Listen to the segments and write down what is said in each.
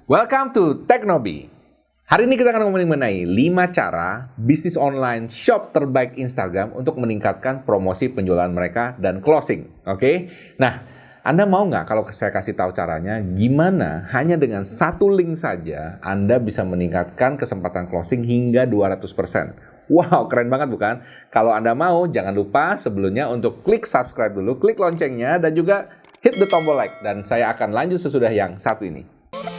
Welcome to Teknobi. Hari ini kita akan ngomongin mengenai 5 cara bisnis online shop terbaik Instagram untuk meningkatkan promosi penjualan mereka dan closing. Oke? Nah, Anda mau nggak kalau saya kasih tahu caranya gimana hanya dengan satu link saja Anda bisa meningkatkan kesempatan closing hingga 200%. Wow, keren banget bukan? Kalau Anda mau, jangan lupa sebelumnya untuk klik subscribe dulu, klik loncengnya, dan juga hit the tombol like. Dan saya akan lanjut sesudah yang satu ini.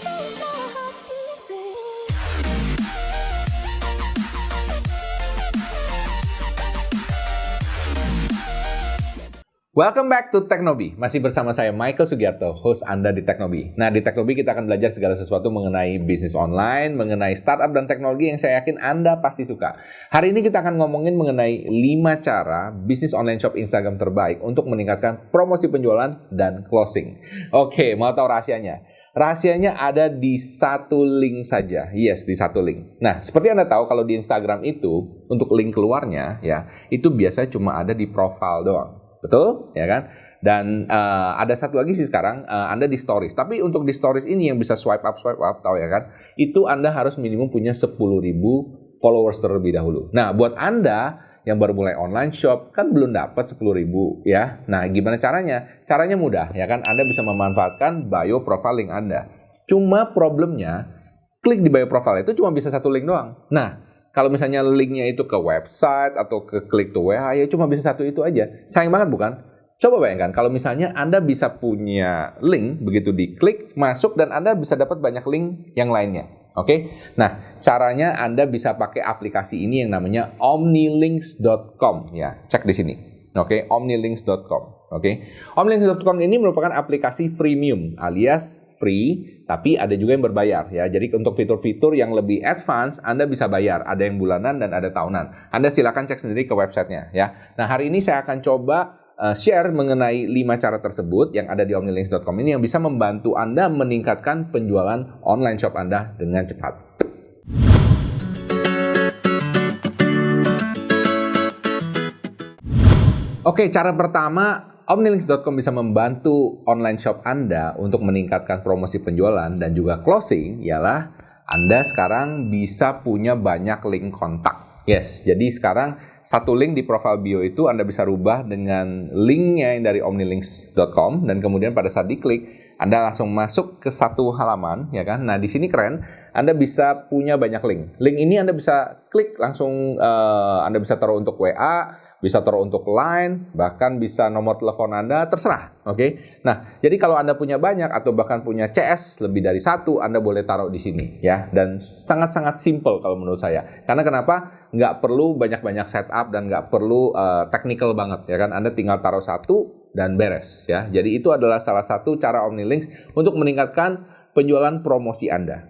Welcome back to Teknobi. Masih bersama saya Michael Sugiarto, host Anda di Teknobi. Nah, di Teknobi kita akan belajar segala sesuatu mengenai bisnis online, mengenai startup dan teknologi yang saya yakin Anda pasti suka. Hari ini kita akan ngomongin mengenai 5 cara bisnis online shop Instagram terbaik untuk meningkatkan promosi penjualan dan closing. Oke, mau tahu rahasianya? Rahasianya ada di satu link saja. Yes, di satu link. Nah, seperti Anda tahu kalau di Instagram itu, untuk link keluarnya, ya, itu biasanya cuma ada di profile doang. Betul, ya kan? Dan ada satu lagi sih sekarang, Anda di stories. Tapi untuk di stories ini yang bisa swipe up, tahu ya kan? Itu Anda harus minimum punya 10.000 followers terlebih dahulu. Nah, buat Anda yang baru mulai online shop, kan belum dapat 10.000 ya. Nah, gimana caranya? Caranya mudah, ya kan? Anda bisa memanfaatkan bio profile link Anda. Cuma problemnya, klik di bio profile itu cuma bisa satu link doang. Nah, kalau misalnya linknya itu ke website atau ke klik to WA, ya cuma bisa satu itu aja. Sayang banget bukan? Coba bayangkan, kalau misalnya Anda bisa punya link, begitu diklik, masuk, dan Anda bisa dapat banyak link yang lainnya. Oke? Nah, caranya Anda bisa pakai aplikasi ini yang namanya omnilinks.com. Ya, cek di sini. Oke, omnilinks.com. Oke? Omnilinks.com ini merupakan aplikasi freemium, alias free, tapi ada juga yang berbayar ya. Jadi untuk fitur-fitur yang lebih advance Anda bisa bayar. Ada yang bulanan dan ada tahunan. Anda silakan cek sendiri ke websitenya ya. Nah, hari ini saya akan coba share mengenai 5 cara tersebut yang ada di omnilinks.com ini yang bisa membantu Anda meningkatkan penjualan online shop Anda dengan cepat. Oke, cara pertama, omnilinks.com bisa membantu online shop Anda untuk meningkatkan promosi penjualan dan juga closing, ialah Anda sekarang bisa punya banyak link kontak. Yes, jadi sekarang satu link di profile bio itu Anda bisa rubah dengan linknya yang dari omnilinks.com, dan kemudian pada saat diklik Anda langsung masuk ke satu halaman, ya kan? Nah, di sini keren, Anda bisa punya banyak link. Link ini Anda bisa klik langsung, Anda bisa taruh untuk WA, bisa taruh untuk Line, bahkan bisa nomor telepon Anda, terserah. Oke? Nah, jadi kalau Anda punya banyak atau bahkan punya CS lebih dari satu, Anda boleh taruh di sini ya. Dan sangat-sangat simple kalau menurut saya. Karena kenapa? Nggak perlu banyak-banyak setup dan nggak perlu technical banget ya kan. Anda tinggal taruh satu dan beres ya. Jadi itu adalah salah satu cara Omnilinks untuk meningkatkan penjualan promosi Anda.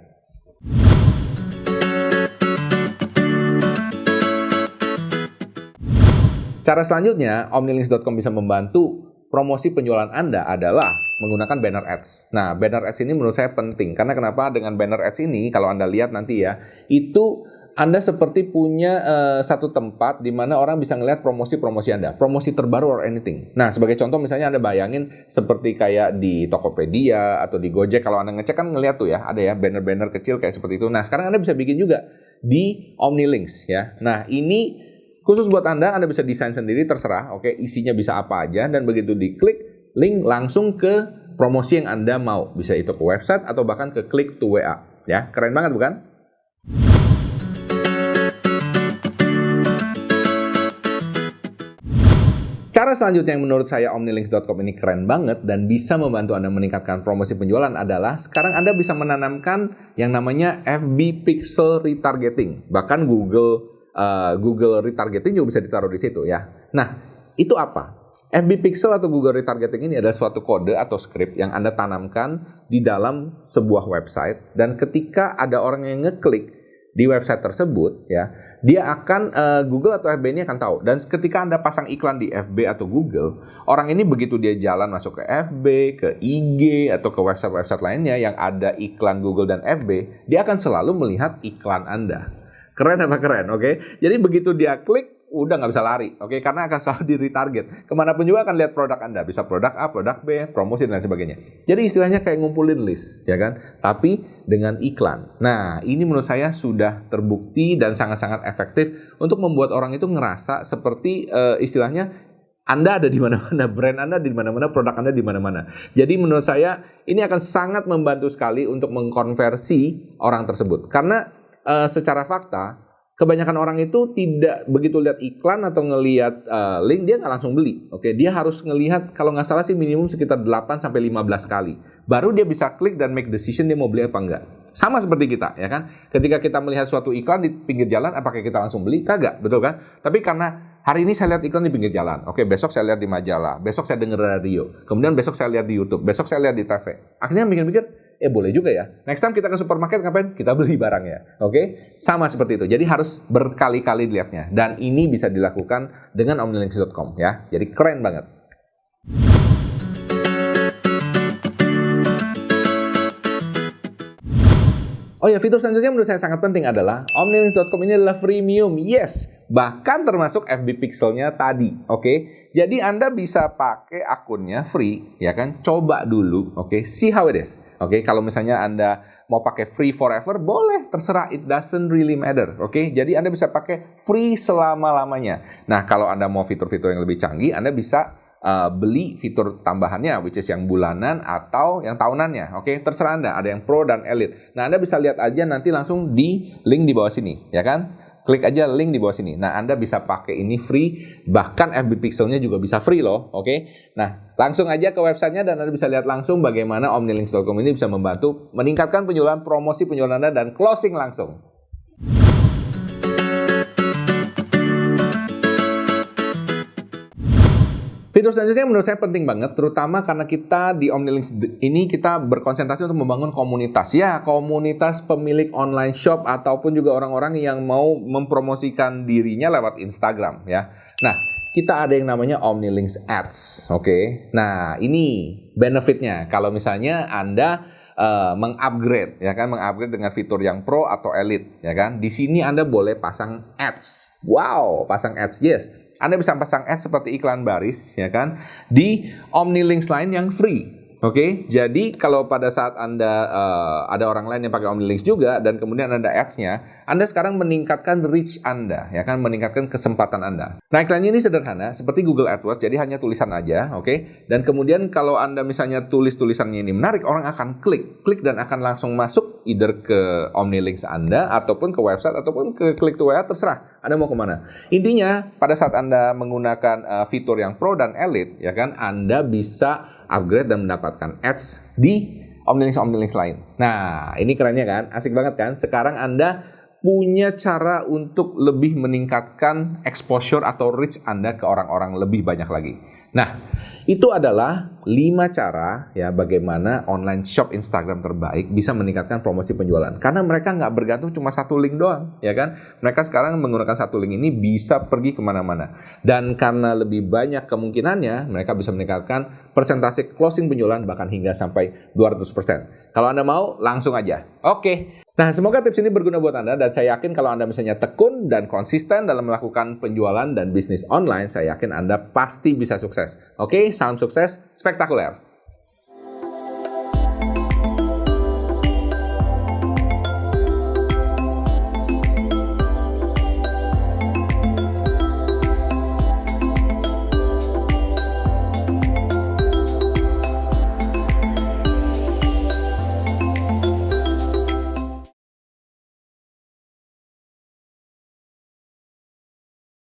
Cara selanjutnya, omnilinks.com bisa membantu promosi penjualan Anda adalah menggunakan banner ads. Nah, banner ads ini menurut saya penting. Karena kenapa? Dengan banner ads ini, kalau Anda lihat nanti ya, itu Anda seperti punya satu tempat di mana orang bisa ngelihat promosi-promosi Anda. Promosi terbaru or anything. Nah, sebagai contoh misalnya Anda bayangin seperti kayak di Tokopedia atau di Gojek. Kalau Anda ngecek kan ngelihat tuh ya, ada ya banner-banner kecil kayak seperti itu. Nah, sekarang Anda bisa bikin juga di Omnilinks ya. Nah, ini khusus buat Anda bisa desain sendiri, terserah, oke, isinya bisa apa aja, dan begitu diklik, link langsung ke promosi yang Anda mau. Bisa itu ke website atau bahkan ke klik to WA. Ya, keren banget bukan? Cara selanjutnya yang menurut saya omnilinks.com ini keren banget dan bisa membantu Anda meningkatkan promosi penjualan adalah sekarang Anda bisa menanamkan yang namanya FB Pixel Retargeting. Bahkan Google Retargeting juga bisa ditaruh di situ ya. Nah, itu apa? FB Pixel atau Google Retargeting ini adalah suatu kode atau script yang Anda tanamkan di dalam sebuah website, dan ketika ada orang yang ngeklik di website tersebut ya, dia akan Google atau FB ini akan tahu. Dan ketika Anda pasang iklan di FB atau Google, orang ini begitu dia jalan masuk ke FB, ke IG atau ke website-website lainnya yang ada iklan Google dan FB, dia akan selalu melihat iklan Anda. Keren apa keren, oke? Jadi begitu dia klik, udah nggak bisa lari, oke? Karena akan selalu di retarget. Kemanapun juga akan lihat produk Anda, bisa produk A, produk B, promosi dan sebagainya. Jadi istilahnya kayak ngumpulin list, ya kan? Tapi dengan iklan. Nah, ini menurut saya sudah terbukti dan sangat-sangat efektif untuk membuat orang itu ngerasa seperti istilahnya Anda ada di mana-mana, brand Anda di mana-mana, produk Anda di mana-mana. Jadi menurut saya ini akan sangat membantu sekali untuk mengkonversi orang tersebut. Karena secara fakta kebanyakan orang itu tidak begitu lihat iklan atau ngelihat link, dia nggak langsung beli. Oke, dia harus ngelihat kalau nggak salah sih minimum sekitar 8-15 kali. Baru dia bisa klik dan make decision dia mau beli apa enggak. Sama seperti kita, ya kan? Ketika kita melihat suatu iklan di pinggir jalan, apakah kita langsung beli? Kagak, betul kan? Tapi karena hari ini saya lihat iklan di pinggir jalan, oke, besok saya lihat di majalah, besok saya dengar radio, kemudian besok saya lihat di YouTube, besok saya lihat di TV. Akhirnya mikir-mikir, boleh juga ya. Next time kita ke supermarket ngapain? Kita beli barangnya. Oke? Sama seperti itu. Jadi harus berkali-kali dilihatnya. Dan ini bisa dilakukan dengan omnilinks.com ya. Jadi keren banget. Oh ya, fitur selanjutnya menurut saya sangat penting adalah omnilinks.com ini adalah freemium. Yes, bahkan termasuk FB Pixelnya tadi. Oke, jadi Anda bisa pakai akunnya free, ya kan? Coba dulu, oke? See how it is. Oke, kalau misalnya Anda mau pakai free forever, boleh, terserah. It doesn't really matter. Oke, jadi Anda bisa pakai free selama-lamanya. Nah, kalau Anda mau fitur-fitur yang lebih canggih, Anda bisa beli fitur tambahannya, which is yang bulanan atau yang tahunannya. Oke, terserah Anda. Ada yang Pro dan Elite. Nah, Anda bisa lihat aja nanti langsung di link di bawah sini, ya kan? Klik aja link di bawah sini. Nah, Anda bisa pakai ini free, bahkan FB Pixelnya juga bisa free loh, oke? Nah, langsung aja ke websitenya dan Anda bisa lihat langsung bagaimana omnilinks.com ini bisa membantu meningkatkan penjualan, promosi penjualan Anda, dan closing langsung. Fitur selanjutnya menurut saya penting banget, terutama karena kita di Omnilinks ini kita berkonsentrasi untuk membangun komunitas. Ya, komunitas pemilik online shop ataupun juga orang-orang yang mau mempromosikan dirinya lewat Instagram ya. Nah, kita ada yang namanya Omnilinks Ads, oke? Nah, ini benefitnya kalau misalnya Anda mengupgrade, ya kan, mengupgrade dengan fitur yang Pro atau Elite, ya kan. Di sini Anda boleh pasang ads. Wow, pasang ads, yes. Anda bisa pasang ads seperti iklan baris, ya kan, di Omnilinks lain yang free. Oke, jadi kalau pada saat Anda ada orang lain yang pakai Omnilinks juga dan kemudian ada ads-nya, Anda sekarang meningkatkan reach Anda, ya kan, meningkatkan kesempatan Anda. Nah, iklannya ini sederhana, seperti Google AdWords, jadi hanya tulisan aja, oke. Dan kemudian kalau Anda misalnya tulis tulisannya ini menarik, orang akan klik dan akan langsung masuk either ke Omnilinks Anda ataupun ke website ataupun ke Click to WA, terserah Anda mau kemana. Intinya pada saat Anda menggunakan fitur yang Pro dan Elite, ya kan, Anda bisa upgrade dan mendapatkan ads di Omnilinks lain. Nah, ini kerennya kan? Asik banget kan? Sekarang Anda punya cara untuk lebih meningkatkan exposure atau reach Anda ke orang-orang lebih banyak lagi. Nah, itu adalah 5 cara ya bagaimana online shop Instagram terbaik bisa meningkatkan promosi penjualan. Karena mereka nggak bergantung cuma satu link doang, ya kan? Mereka sekarang menggunakan satu link ini bisa pergi kemana-mana. Dan karena lebih banyak kemungkinannya, mereka bisa meningkatkan persentase closing penjualan bahkan hingga sampai 200%. Kalau Anda mau, langsung aja. Oke. Nah, semoga tips ini berguna buat Anda dan saya yakin kalau Anda misalnya tekun dan konsisten dalam melakukan penjualan dan bisnis online, saya yakin Anda pasti bisa sukses. Oke, salam sukses spektakuler.